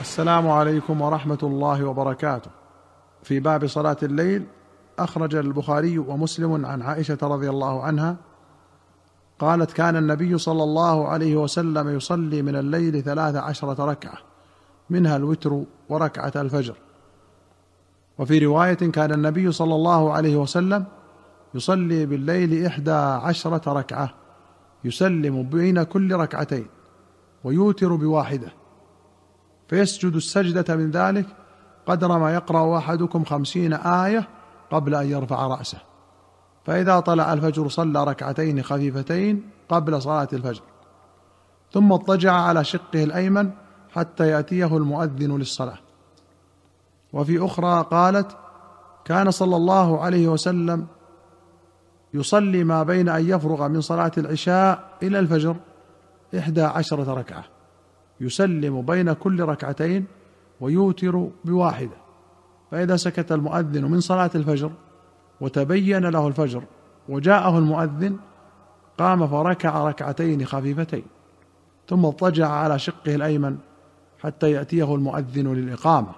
السلام عليكم ورحمة الله وبركاته. في باب صلاة الليل، أخرج البخاري ومسلم عن عائشة رضي الله عنها قالت: كان النبي صلى الله عليه وسلم يصلي من الليل 13 ركعة، منها الوتر وركعة الفجر. وفي رواية: كان النبي صلى الله عليه وسلم يصلي بالليل 11 ركعة، يسلم بين كل ركعتين ويوتر بواحدة، فيسجد السجدة من ذلك قدر ما يقرأ أحدكم 50 آية قبل أن يرفع رأسه. فإذا طلع الفجر صلى ركعتين خفيفتين قبل صلاة الفجر، ثم اضطجع على شقه الأيمن حتى يأتيه المؤذن للصلاة. وفي أخرى قالت: كان صلى الله عليه وسلم يصلي ما بين أن يفرغ من صلاة العشاء إلى الفجر 11 ركعة، يسلم بين كل ركعتين ويوتر بواحدة. فإذا سكت المؤذن من صلاة الفجر وتبين له الفجر وجاءه المؤذن، قام فركع ركعتين خفيفتين، ثم اضطجع على شقه الأيمن حتى يأتيه المؤذن للإقامة.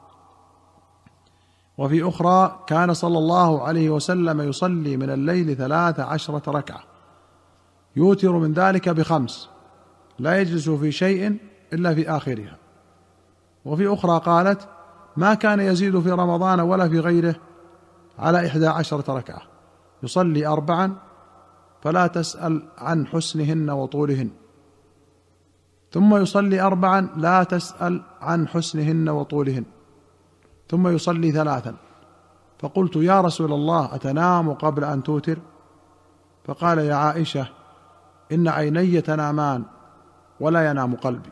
وفي أخرى: كان صلى الله عليه وسلم يصلي من الليل 13 ركعة، يوتر من ذلك ب5، لا يجلس في شيء إلا في آخرها. وفي أخرى قالت: ما كان يزيد في رمضان ولا في غيره على 11 ركعة، يصلي 4 فلا تسأل عن حسنهن وطولهن، ثم يصلي 4 لا تسأل عن حسنهن وطولهن، ثم يصلي 3. فقلت: يا رسول الله، أتنام قبل أن توتر؟ فقال: يا عائشة، إن عيني تنامان ولا ينام قلبي.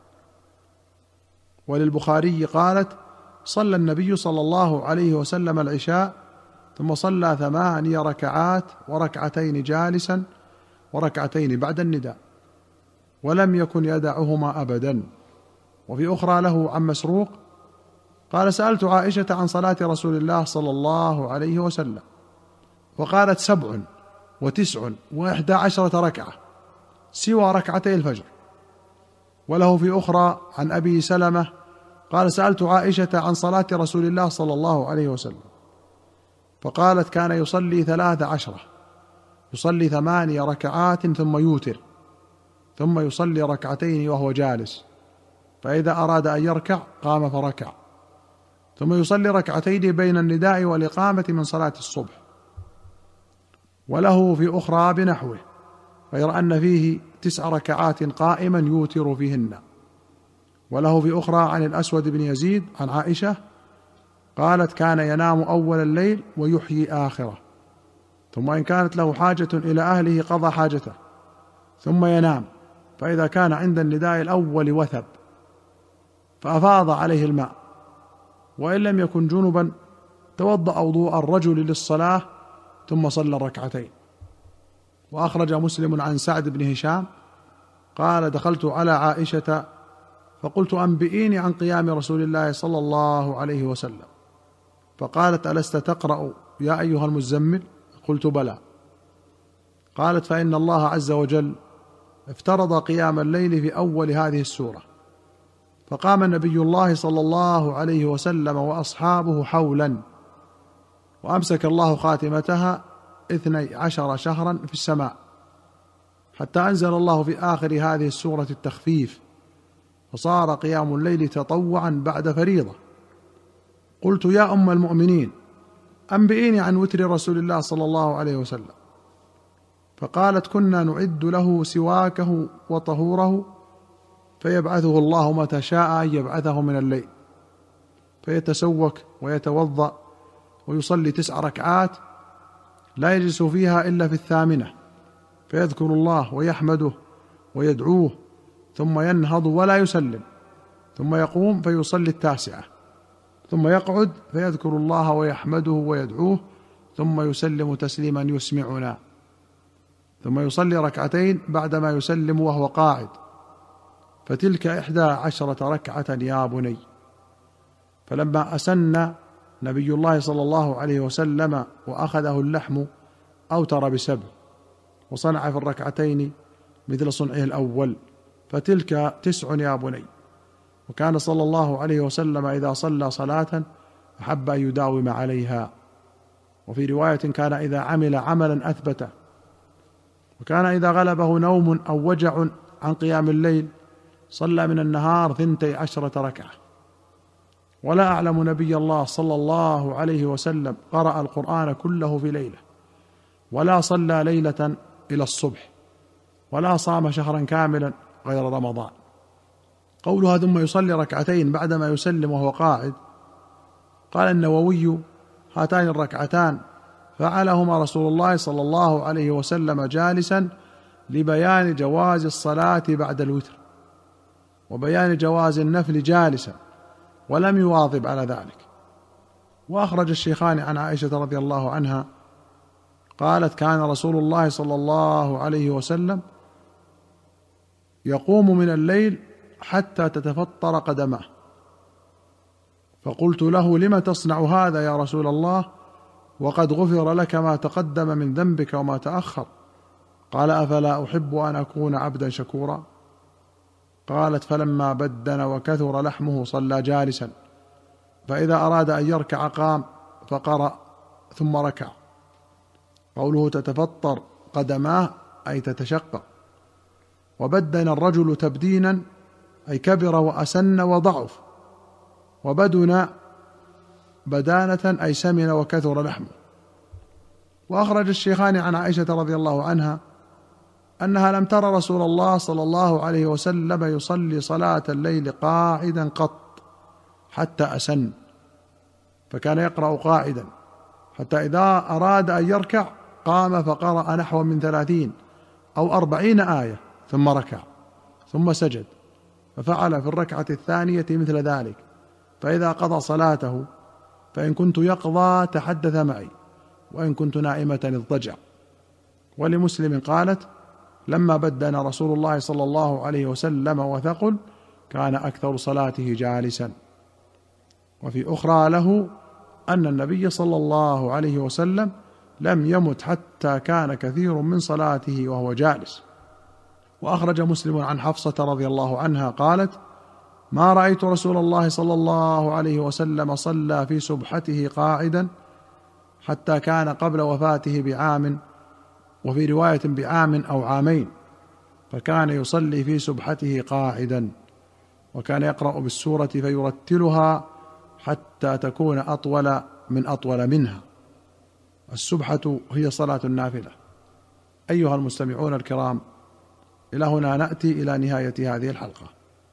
وللبخاري قالت: صلى النبي صلى الله عليه وسلم العشاء، ثم صلى 8 ركعات وركعتين جالسا وركعتين بعد النداء، ولم يكن يدعهما أبدا. وفي أخرى له عن مسروق قال: سألت عائشة عن صلاة رسول الله صلى الله عليه وسلم، وقالت: 7 و9 و11 ركعة سوى ركعتي الفجر. وله في أخرى عن أبي سلمة قال: سألت عائشة عن صلاة رسول الله صلى الله عليه وسلم، فقالت: كان يصلي 13، يصلي 8 ركعات ثم يوتر، ثم يصلي ركعتين وهو جالس، فإذا أراد أن يركع قام فركع، ثم يصلي ركعتين بين النداء والإقامة من صلاة الصبح. وله في أخرى بنحوه، غير أن فيه 9 ركعات قائما يوتر فيهن. وله في أخرى عن الأسود بن يزيد عن عائشة قالت: كان ينام أول الليل ويحيي آخره، ثم إن كانت له حاجة إلى أهله قضى حاجته ثم ينام، فإذا كان عند النداء الأول وثب فأفاض عليه الماء، وإن لم يكن جنبا توضأ وضوء الرجل للصلاة ثم صلى الركعتين. وأخرج مسلم عن سعد بن هشام قال: دخلت على عائشة فقلت: أنبئيني عن قيام رسول الله صلى الله عليه وسلم. فقالت: ألست تقرأ يا أيها المزمل؟ قلت: بلى. قالت: فإن الله عز وجل افترض قيام الليل في أول هذه السورة، فقام نبي الله صلى الله عليه وسلم وأصحابه حولا، وأمسك الله خاتمتها 12 شهرا في السماء، حتى أنزل الله في آخر هذه السورة التخفيف، فصار قيام الليل تطوعا بعد فريضة. قلت: يا أم المؤمنين، أنبئيني عن وتر رسول الله صلى الله عليه وسلم. فقالت: كنا نعد له سواكه وطهوره، فيبعثه الله متى شاء أن يبعثه من الليل، فيتسوك ويتوضأ ويصلي 9 ركعات لا يجلس فيها إلا في 8، فيذكر الله ويحمده ويدعوه، ثم ينهض ولا يسلم، ثم يقوم فيصلي 9، ثم يقعد فيذكر الله ويحمده ويدعوه، ثم يسلم تسليما يسمعنا، ثم يصلي 2 بعدما يسلم وهو قاعد، فتلك 11 ركعة يا بني. فلما أسن نبي الله صلى الله عليه وسلم وأخذه اللحم أوتر ب7، وصنع في 2 مثل صنعه الأول، فتلك 9 يا بني. وكان صلى الله عليه وسلم إذا صلى صلاة أحب أن يداوم عليها، وفي رواية كان إذا عمل عملا أثبته، وكان إذا غلبه نوم أو وجع عن قيام الليل صلى من النهار 12 ركعة. ولا أعلم نبي الله صلى الله عليه وسلم قرأ القرآن كله في ليلة، ولا صلى ليلة إلى الصبح، ولا صام شهرا كاملا غير رمضان. قولها ثم يصلي ركعتين بعدما يسلم وهو قاعد، قال النووي: هاتان الركعتان فعلهما رسول الله صلى الله عليه وسلم جالسا لبيان جواز الصلاة بعد الوتر، وبيان جواز النفل جالسا، ولم يواظب على ذلك. وأخرج الشيخان عن عائشة رضي الله عنها قالت: كان رسول الله صلى الله عليه وسلم يقوم من الليل حتى تتفطر قدماه، فقلت له: لم تصنع هذا يا رسول الله وقد غفر لك ما تقدم من ذنبك وما تأخر؟ قال: أفلا أحب أن أكون عبدا شكورا؟ قالت: فلما بدن وكثر لحمه صلى جالسا، فإذا أراد أن يركع قام فقرأ ثم ركع. قوله تتفطر قدماه أي تتشقق. وبدن الرجل تبدينا أي كبر وأسن وضعف، وبدن بدانة أي سمن وكثر لحمه. وأخرج الشيخان عن عائشة رضي الله عنها أنها لم تر رسول الله صلى الله عليه وسلم يصلي صلاة الليل قاعدا قط حتى أسن، فكان يقرأ قاعدا حتى إذا أراد أن يركع قام فقرأ نحو من 30 أو 40 آية ثم ركع ثم سجد، ففعل في الركعة الثانية مثل ذلك. فإذا قضى صلاته فإن كنت يقضى تحدث معي، وإن كنت نائمة اضطجع. ولمسلم قالت: لما بدن رسول الله صلى الله عليه وسلم وثقل كان أكثر صلاته جالسا. وفي أخرى له أن النبي صلى الله عليه وسلم لم يمت حتى كان كثير من صلاته وهو جالس. وأخرج مسلم عن حفصة رضي الله عنها قالت: ما رأيت رسول الله صلى الله عليه وسلم صلى في سبحته قاعدا حتى كان قبل وفاته بعام، وفي رواية بعام أو عامين، فكان يصلي في سبحته قاعدا، وكان يقرأ بالسورة فيرتلها حتى تكون أطول من أطول منها. السبحة هي صلاة النافلة. أيها المستمعون الكرام، إلى هنا نأتي إلى نهاية هذه الحلقة،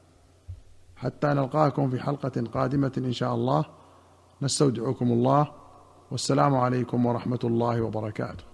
حتى نلقاكم في حلقة قادمة إن شاء الله. نستودعكم الله، والسلام عليكم ورحمة الله وبركاته.